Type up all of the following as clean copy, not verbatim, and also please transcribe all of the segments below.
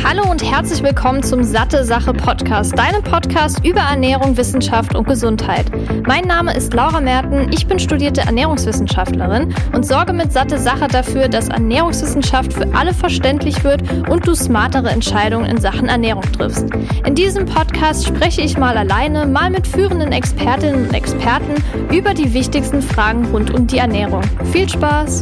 Hallo und herzlich willkommen zum Satte Sache Podcast, deinem Podcast über Ernährung, Wissenschaft und Gesundheit. Mein Name ist Laura Merten, ich bin studierte Ernährungswissenschaftlerin und sorge mit Satte Sache dafür, dass Ernährungswissenschaft für alle verständlich wird und du smartere Entscheidungen in Sachen Ernährung triffst. In diesem Podcast spreche ich mal alleine, mal mit führenden Expertinnen und Experten über die wichtigsten Fragen rund um die Ernährung. Viel Spaß!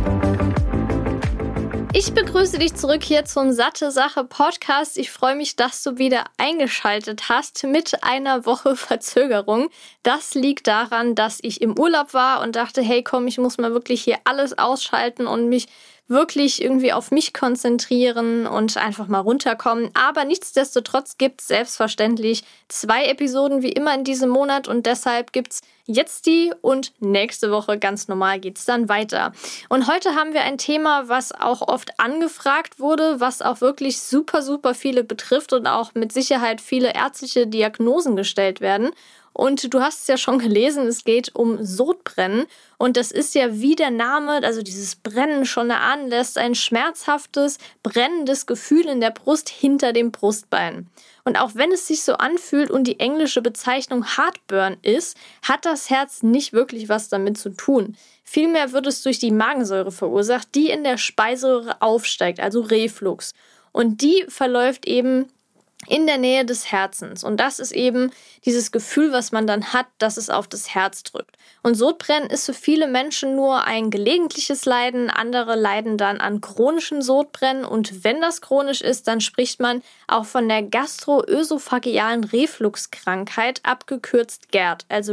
Ich begrüße dich zurück hier zum Satte Sache Podcast. Ich freue mich, dass du wieder eingeschaltet hast mit einer Woche Verzögerung. Das liegt daran, dass ich im Urlaub war und dachte, hey komm, ich muss mal wirklich hier alles ausschalten und mich wirklich irgendwie auf mich konzentrieren und einfach mal runterkommen. Aber nichtsdestotrotz gibt es selbstverständlich 2 Episoden wie immer in diesem Monat und deshalb gibt es jetzt die und nächste Woche ganz normal geht es dann weiter. Und heute haben wir ein Thema, was auch oft angefragt wurde, was auch wirklich super, super viele betrifft und auch mit Sicherheit viele ärztliche Diagnosen gestellt werden. Und du hast es ja schon gelesen, es geht um Sodbrennen. Und das ist ja, wie der Name, also dieses Brennen schon erahnen lässt, ein schmerzhaftes, brennendes Gefühl in der Brust hinter dem Brustbein. Und auch wenn es sich so anfühlt und die englische Bezeichnung Heartburn ist, hat das Herz nicht wirklich was damit zu tun. Vielmehr wird es durch die Magensäure verursacht, die in der Speiseröhre aufsteigt, also Reflux. Und die verläuft eben in der Nähe des Herzens. Und das ist eben dieses Gefühl, was man dann hat, dass es auf das Herz drückt. Und Sodbrennen ist für viele Menschen nur ein gelegentliches Leiden. Andere leiden dann an chronischem Sodbrennen. Und wenn das chronisch ist, dann spricht man auch von der gastroösophagealen Refluxkrankheit, abgekürzt GERD, also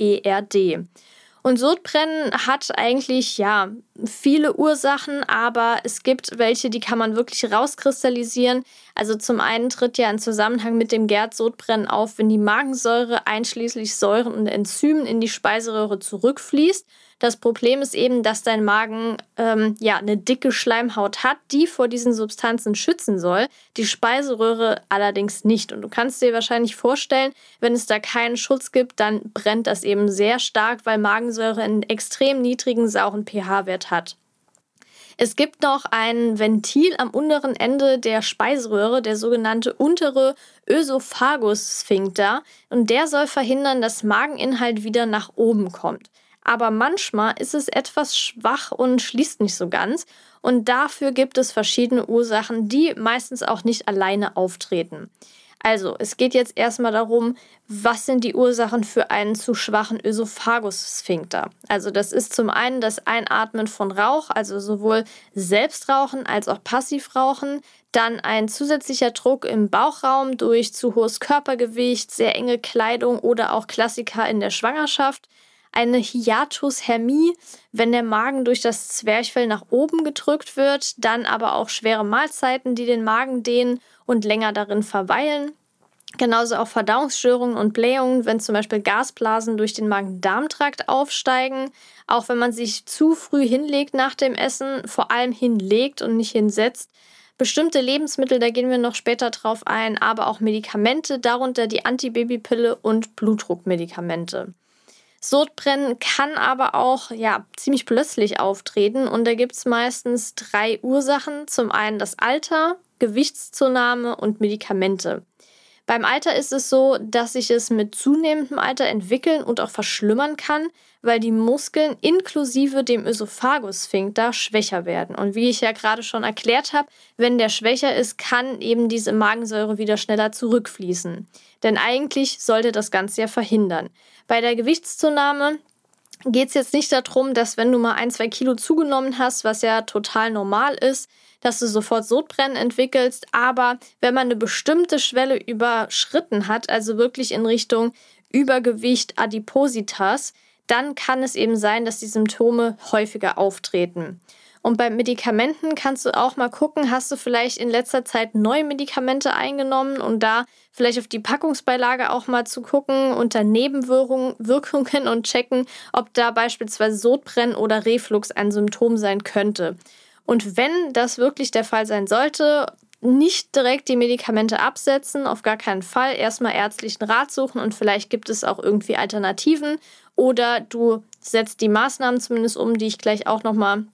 GERD. Und Sodbrennen hat eigentlich, viele Ursachen, aber es gibt welche, die kann man wirklich rauskristallisieren. Also zum einen tritt ja ein Zusammenhang mit dem GERD-Sodbrennen auf, wenn die Magensäure einschließlich Säuren und Enzymen in die Speiseröhre zurückfließt. Das Problem ist eben, dass dein Magen eine dicke Schleimhaut hat, die vor diesen Substanzen schützen soll, die Speiseröhre allerdings nicht. Und du kannst dir wahrscheinlich vorstellen, wenn es da keinen Schutz gibt, dann brennt das eben sehr stark, weil Magensäure einen extrem niedrigen sauren pH-Wert hat. Es gibt noch ein Ventil am unteren Ende der Speiseröhre, der sogenannte untere Ösophagus-Sphinkter, und der soll verhindern, dass Mageninhalt wieder nach oben kommt. Aber manchmal ist es etwas schwach und schließt nicht so ganz. Und dafür gibt es verschiedene Ursachen, die meistens auch nicht alleine auftreten. Also, es geht jetzt erstmal darum, was sind die Ursachen für einen zu schwachen Ösophagus-Sphinkter? Also, das ist zum einen das Einatmen von Rauch, also sowohl Selbstrauchen als auch Passivrauchen. Dann ein zusätzlicher Druck im Bauchraum durch zu hohes Körpergewicht, sehr enge Kleidung oder auch Klassiker in der Schwangerschaft. Eine Hiatushermie, wenn der Magen durch das Zwerchfell nach oben gedrückt wird, dann aber auch schwere Mahlzeiten, die den Magen dehnen und länger darin verweilen. Genauso auch Verdauungsstörungen und Blähungen, wenn zum Beispiel Gasblasen durch den Magen-Darm-Trakt aufsteigen. Auch wenn man sich zu früh hinlegt nach dem Essen, vor allem hinlegt und nicht hinsetzt. Bestimmte Lebensmittel, da gehen wir noch später drauf ein, aber auch Medikamente, darunter die Antibabypille und Blutdruckmedikamente. Sodbrennen kann aber auch ziemlich plötzlich auftreten und da gibt es meistens 3 Ursachen. Zum einen das Alter, Gewichtszunahme und Medikamente. Beim Alter ist es so, dass sich es mit zunehmendem Alter entwickeln und auch verschlimmern kann, weil die Muskeln inklusive dem Ösophagus-Sphinkter schwächer werden. Und wie ich ja gerade schon erklärt habe, wenn der schwächer ist, kann eben diese Magensäure wieder schneller zurückfließen. Denn eigentlich sollte das Ganze ja verhindern. Bei der Gewichtszunahme geht es jetzt nicht darum, dass wenn du mal 1-2 Kilo zugenommen hast, was ja total normal ist, dass du sofort Sodbrennen entwickelst. Aber wenn man eine bestimmte Schwelle überschritten hat, also wirklich in Richtung Übergewicht, Adipositas, dann kann es eben sein, dass die Symptome häufiger auftreten. Und bei Medikamenten kannst du auch mal gucken, hast du vielleicht in letzter Zeit neue Medikamente eingenommen und da vielleicht auf die Packungsbeilage auch mal zu gucken, unter Nebenwirkungen und checken, ob da beispielsweise Sodbrennen oder Reflux ein Symptom sein könnte. Und wenn das wirklich der Fall sein sollte, nicht direkt die Medikamente absetzen, auf gar keinen Fall. Erstmal ärztlichen Rat suchen und vielleicht gibt es auch irgendwie Alternativen oder du setzt die Maßnahmen zumindest um, die ich gleich auch nochmal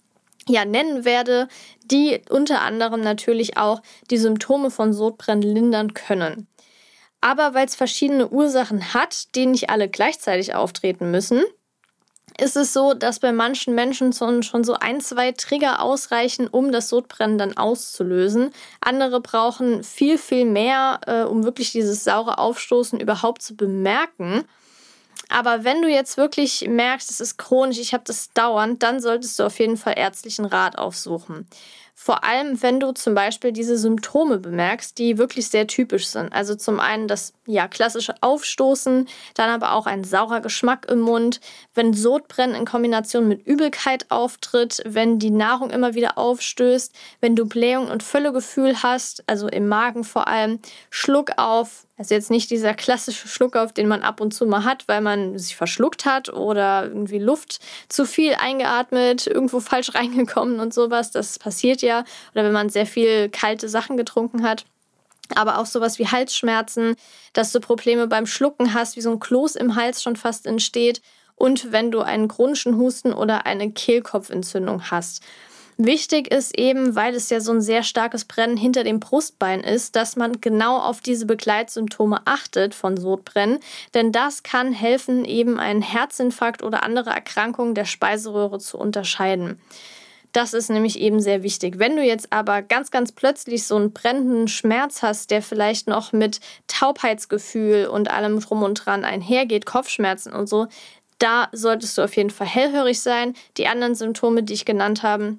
nennen werde, die unter anderem natürlich auch die Symptome von Sodbrennen lindern können. Aber weil es verschiedene Ursachen hat, die nicht alle gleichzeitig auftreten müssen, ist es so, dass bei manchen Menschen schon so 1, 2 Trigger ausreichen, um das Sodbrennen dann auszulösen. Andere brauchen viel, viel mehr, um wirklich dieses saure Aufstoßen überhaupt zu bemerken. Aber wenn du jetzt wirklich merkst, es ist chronisch, ich habe das dauernd, dann solltest du auf jeden Fall ärztlichen Rat aufsuchen. Vor allem, wenn du zum Beispiel diese Symptome bemerkst, die wirklich sehr typisch sind. Also zum einen das klassische Aufstoßen, dann aber auch ein saurer Geschmack im Mund, wenn Sodbrennen in Kombination mit Übelkeit auftritt, wenn die Nahrung immer wieder aufstößt, wenn du Blähung und Völlegefühl hast, also im Magen vor allem, Schluckauf, also jetzt nicht dieser klassische Schluckauf, den man ab und zu mal hat, weil man sich verschluckt hat oder irgendwie Luft zu viel eingeatmet, irgendwo falsch reingekommen und sowas. Das passiert ja. Oder wenn man sehr viel kalte Sachen getrunken hat. Aber auch sowas wie Halsschmerzen, dass du Probleme beim Schlucken hast, wie so ein Kloß im Hals schon fast entsteht. Und wenn du einen chronischen Husten oder eine Kehlkopfentzündung hast. Wichtig ist eben, weil es ja so ein sehr starkes Brennen hinter dem Brustbein ist, dass man genau auf diese Begleitsymptome achtet von Sodbrennen, denn das kann helfen, eben einen Herzinfarkt oder andere Erkrankungen der Speiseröhre zu unterscheiden. Das ist nämlich eben sehr wichtig. Wenn du jetzt aber ganz, ganz plötzlich so einen brennenden Schmerz hast, der vielleicht noch mit Taubheitsgefühl und allem drum und dran einhergeht, Kopfschmerzen und so, da solltest du auf jeden Fall hellhörig sein. Die anderen Symptome, die ich genannt habe,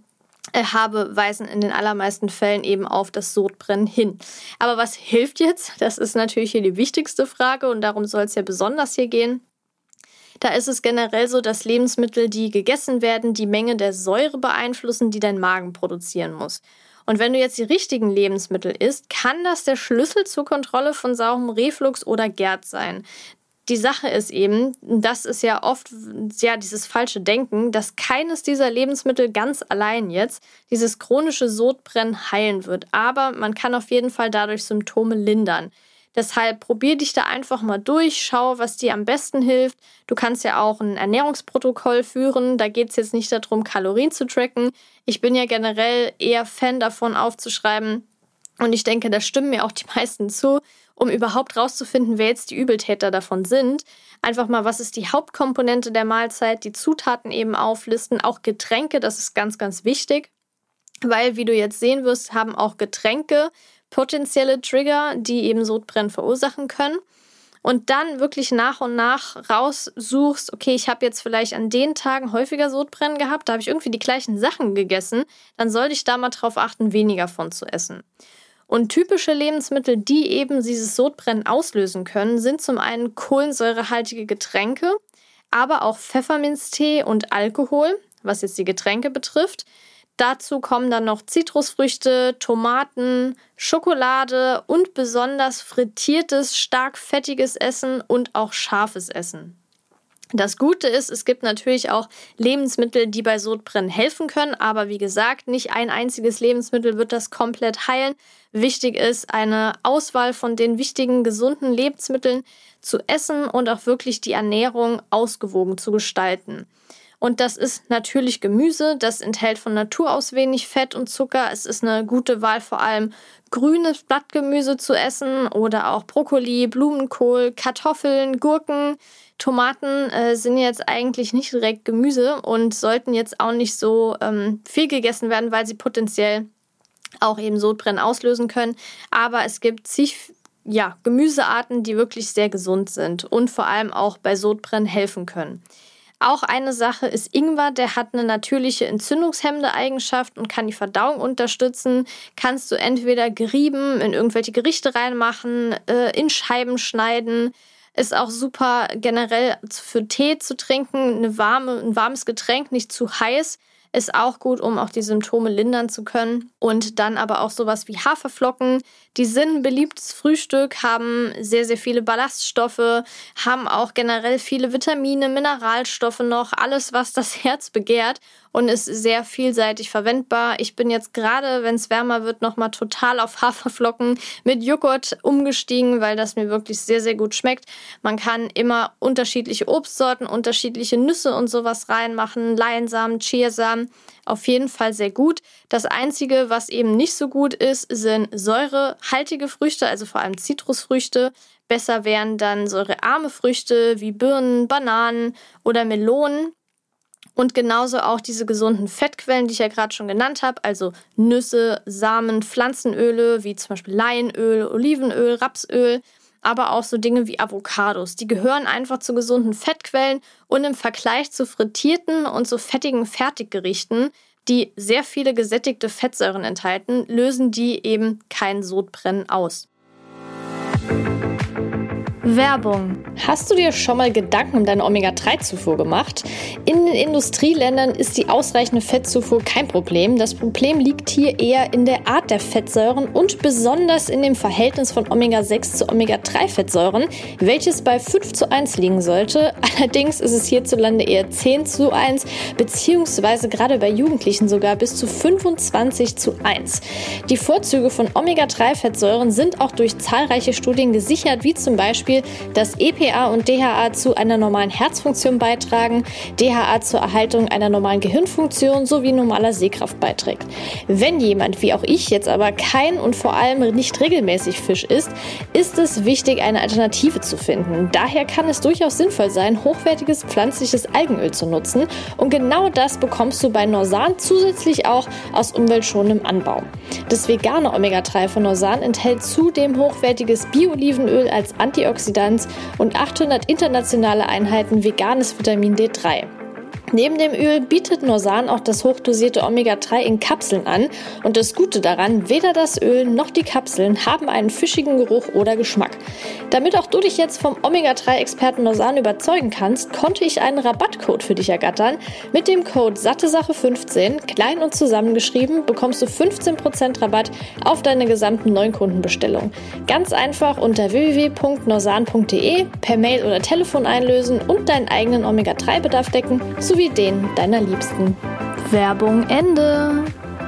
weisen in den allermeisten Fällen eben auf das Sodbrennen hin. Aber was hilft jetzt? Das ist natürlich hier die wichtigste Frage und darum soll es ja besonders hier gehen. Da ist es generell so, dass Lebensmittel, die gegessen werden, die Menge der Säure beeinflussen, die dein Magen produzieren muss. Und wenn du jetzt die richtigen Lebensmittel isst, kann das der Schlüssel zur Kontrolle von saurem Reflux oder GERD sein. Die Sache ist eben, das ist ja oft dieses falsche Denken, dass keines dieser Lebensmittel ganz allein jetzt dieses chronische Sodbrennen heilen wird. Aber man kann auf jeden Fall dadurch Symptome lindern. Deshalb probier dich da einfach mal durch, schau, was dir am besten hilft. Du kannst ja auch ein Ernährungsprotokoll führen. Da geht es jetzt nicht darum, Kalorien zu tracken. Ich bin ja generell eher Fan davon, aufzuschreiben. Und ich denke, da stimmen mir auch die meisten zu, um überhaupt rauszufinden, wer jetzt die Übeltäter davon sind. Einfach mal, was ist die Hauptkomponente der Mahlzeit, die Zutaten eben auflisten, auch Getränke, das ist ganz, ganz wichtig. Weil, wie du jetzt sehen wirst, haben auch Getränke potenzielle Trigger, die eben Sodbrennen verursachen können. Und dann wirklich nach und nach raussuchst, okay, ich habe jetzt vielleicht an den Tagen häufiger Sodbrennen gehabt, da habe ich irgendwie die gleichen Sachen gegessen, dann sollte ich da mal drauf achten, weniger von zu essen. Und typische Lebensmittel, die eben dieses Sodbrennen auslösen können, sind zum einen kohlensäurehaltige Getränke, aber auch Pfefferminztee und Alkohol, was jetzt die Getränke betrifft. Dazu kommen dann noch Zitrusfrüchte, Tomaten, Schokolade und besonders frittiertes, stark fettiges Essen und auch scharfes Essen. Das Gute ist, es gibt natürlich auch Lebensmittel, die bei Sodbrennen helfen können, aber wie gesagt, nicht ein einziges Lebensmittel wird das komplett heilen. Wichtig ist, eine Auswahl von den wichtigen, gesunden Lebensmitteln zu essen und auch wirklich die Ernährung ausgewogen zu gestalten. Und das ist natürlich Gemüse, das enthält von Natur aus wenig Fett und Zucker. Es ist eine gute Wahl, vor allem grünes Blattgemüse zu essen oder auch Brokkoli, Blumenkohl, Kartoffeln, Gurken. Tomaten sind jetzt eigentlich nicht direkt Gemüse und sollten jetzt auch nicht so viel gegessen werden, weil sie potenziell auch eben Sodbrennen auslösen können. Aber es gibt zig Gemüsearten, die wirklich sehr gesund sind und vor allem auch bei Sodbrennen helfen können. Auch eine Sache ist Ingwer, der hat eine natürliche entzündungshemmende Eigenschaft und kann die Verdauung unterstützen. Kannst du entweder gerieben in irgendwelche Gerichte reinmachen, in Scheiben schneiden. Ist auch super generell für Tee zu trinken, ein warmes Getränk, nicht zu heiß. Ist auch gut, um auch die Symptome lindern zu können. Und dann aber auch sowas wie Haferflocken. Die sind ein beliebtes Frühstück, haben sehr, sehr viele Ballaststoffe, haben auch generell viele Vitamine, Mineralstoffe noch, alles, was das Herz begehrt. und ist sehr vielseitig verwendbar. Ich bin jetzt gerade, wenn es wärmer wird, nochmal total auf Haferflocken mit Joghurt umgestiegen, weil das mir wirklich sehr, sehr gut schmeckt. Man kann immer unterschiedliche Obstsorten, unterschiedliche Nüsse und sowas reinmachen, Leinsamen, Chiasamen. Auf jeden Fall sehr gut. Das Einzige, was eben nicht so gut ist, sind säurehaltige Früchte, also vor allem Zitrusfrüchte. Besser wären dann säurearme Früchte wie Birnen, Bananen oder Melonen. Und genauso auch diese gesunden Fettquellen, die ich ja gerade schon genannt habe, also Nüsse, Samen, Pflanzenöle wie zum Beispiel Leinöl, Olivenöl, Rapsöl, aber auch so Dinge wie Avocados. Die gehören einfach zu gesunden Fettquellen und im Vergleich zu frittierten und so fettigen Fertiggerichten, die sehr viele gesättigte Fettsäuren enthalten, lösen die eben kein Sodbrennen aus. Werbung. Hast du dir schon mal Gedanken um deine Omega-3-Zufuhr gemacht? In den Industrieländern ist die ausreichende Fettzufuhr kein Problem. Das Problem liegt hier eher in der Art der Fettsäuren und besonders in dem Verhältnis von Omega-6 zu Omega-3-Fettsäuren, welches bei 5:1 liegen sollte. Allerdings ist es hierzulande eher 10:1, beziehungsweise gerade bei Jugendlichen sogar bis zu 25:1. Die Vorzüge von Omega-3-Fettsäuren sind auch durch zahlreiche Studien gesichert, wie zum Beispiel, dass EPA und DHA zu einer normalen Herzfunktion beitragen, DHA zur Erhaltung einer normalen Gehirnfunktion sowie normaler Sehkraft beiträgt. Wenn jemand, wie auch ich jetzt aber kein und vor allem nicht regelmäßig Fisch isst, ist es wichtig, eine Alternative zu finden. Daher kann es durchaus sinnvoll sein, hochwertiges pflanzliches Algenöl zu nutzen und genau das bekommst du bei Norsan zusätzlich auch aus umweltschonendem Anbau. Das vegane Omega-3 von Norsan enthält zudem hochwertiges Bio-Olivenöl als Antioxidant und 800 internationale Einheiten veganes Vitamin D3. Neben dem Öl bietet Norsan auch das hochdosierte Omega-3 in Kapseln an und das Gute daran, weder das Öl noch die Kapseln haben einen fischigen Geruch oder Geschmack. Damit auch du dich jetzt vom Omega-3-Experten Norsan überzeugen kannst, konnte ich einen Rabattcode für dich ergattern. Mit dem Code SATTESACHE15, klein und zusammengeschrieben, bekommst du 15% Rabatt auf deine gesamten Neukundenbestellung. Ganz einfach unter www.norsan.de per Mail oder Telefon einlösen und deinen eigenen Omega-3-Bedarf decken, sowie den deiner Liebsten. Werbung Ende.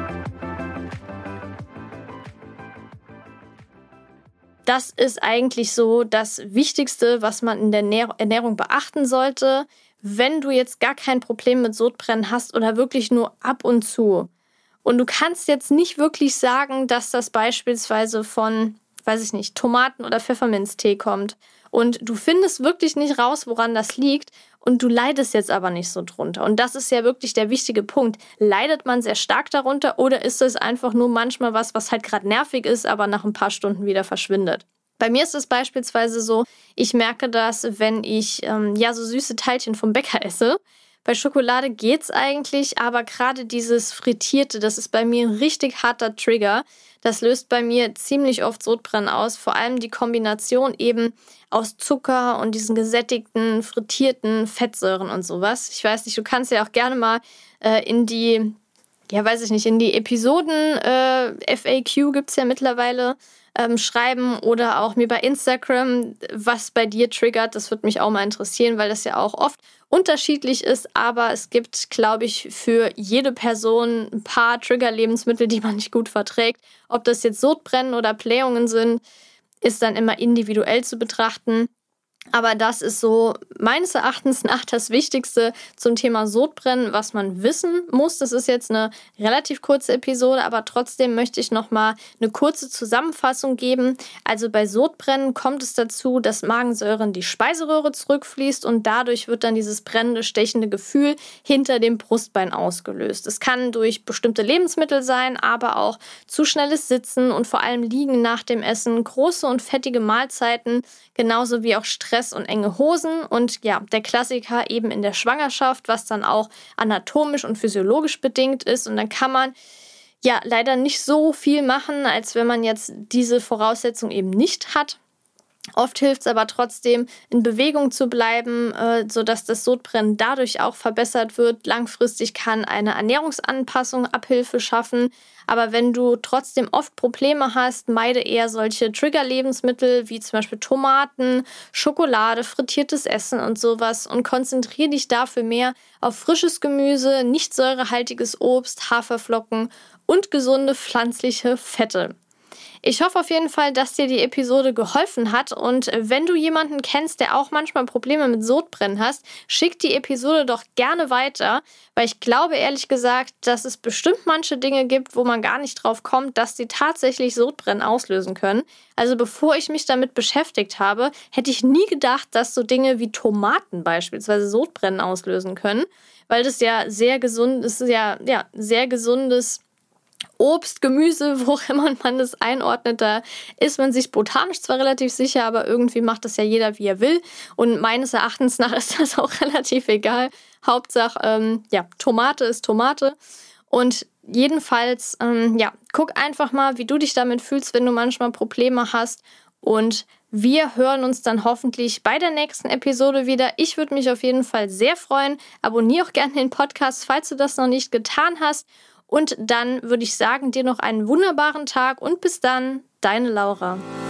Das ist eigentlich so das Wichtigste, was man in der Ernährung beachten sollte, wenn du jetzt gar kein Problem mit Sodbrennen hast oder wirklich nur ab und zu. Und du kannst jetzt nicht wirklich sagen, dass das beispielsweise von, weiß ich nicht, Tomaten- oder Pfefferminztee kommt. Und du findest wirklich nicht raus, woran das liegt. Und du leidest jetzt aber nicht so drunter. Und das ist ja wirklich der wichtige Punkt. Leidet man sehr stark darunter oder ist es einfach nur manchmal was halt gerade nervig ist, aber nach ein paar Stunden wieder verschwindet? Bei mir ist es beispielsweise so, ich merke das, wenn ich so süße Teilchen vom Bäcker esse. Bei Schokolade geht's eigentlich, aber gerade dieses Frittierte, das ist bei mir ein richtig harter Trigger. Das löst bei mir ziemlich oft Sodbrennen aus. Vor allem die Kombination eben aus Zucker und diesen gesättigten, frittierten Fettsäuren und sowas. Ich weiß nicht, du kannst ja auch gerne mal in die Episoden FAQ gibt's ja mittlerweile schreiben oder auch mir bei Instagram, was bei dir triggert. Das würde mich auch mal interessieren, weil das ja auch oft unterschiedlich ist. Aber es gibt, glaube ich, für jede Person ein paar Trigger-Lebensmittel, die man nicht gut verträgt. Ob das jetzt Sodbrennen oder Blähungen sind, ist dann immer individuell zu betrachten. Aber das ist so meines Erachtens nach das Wichtigste zum Thema Sodbrennen, was man wissen muss. Das ist jetzt eine relativ kurze Episode, aber trotzdem möchte ich nochmal eine kurze Zusammenfassung geben. Also bei Sodbrennen kommt es dazu, dass Magensäure in die Speiseröhre zurückfließt und dadurch wird dann dieses brennende, stechende Gefühl hinter dem Brustbein ausgelöst. Es kann durch bestimmte Lebensmittel sein, aber auch zu schnelles Sitzen und vor allem Liegen nach dem Essen, große und fettige Mahlzeiten, genauso wie auch Stress und enge Hosen und ja, der Klassiker eben in der Schwangerschaft, was dann auch anatomisch und physiologisch bedingt ist und dann kann man ja leider nicht so viel machen, als wenn man jetzt diese Voraussetzung eben nicht hat. Oft hilft es aber trotzdem, in Bewegung zu bleiben, sodass das Sodbrennen dadurch auch verbessert wird. Langfristig kann eine Ernährungsanpassung Abhilfe schaffen. Aber wenn du trotzdem oft Probleme hast, meide eher solche Trigger-Lebensmittel wie zum Beispiel Tomaten, Schokolade, frittiertes Essen und sowas und konzentriere dich dafür mehr auf frisches Gemüse, nicht säurehaltiges Obst, Haferflocken und gesunde pflanzliche Fette. Ich hoffe auf jeden Fall, dass dir die Episode geholfen hat und wenn du jemanden kennst, der auch manchmal Probleme mit Sodbrennen hast, schick die Episode doch gerne weiter, weil ich glaube ehrlich gesagt, dass es bestimmt manche Dinge gibt, wo man gar nicht drauf kommt, dass die tatsächlich Sodbrennen auslösen können. Also bevor ich mich damit beschäftigt habe, hätte ich nie gedacht, dass so Dinge wie Tomaten beispielsweise Sodbrennen auslösen können, weil das ja sehr gesund ist, sehr gesundes Obst, Gemüse, wo immer man das einordnet, da ist man sich botanisch zwar relativ sicher, aber irgendwie macht das ja jeder, wie er will. Und meines Erachtens nach ist das auch relativ egal. Hauptsache, Tomate ist Tomate. Und jedenfalls, guck einfach mal, wie du dich damit fühlst, wenn du manchmal Probleme hast. Und wir hören uns dann hoffentlich bei der nächsten Episode wieder. Ich würde mich auf jeden Fall sehr freuen. Abonniere auch gerne den Podcast, falls du das noch nicht getan hast. Und dann würde ich sagen, dir noch einen wunderbaren Tag und bis dann, deine Laura.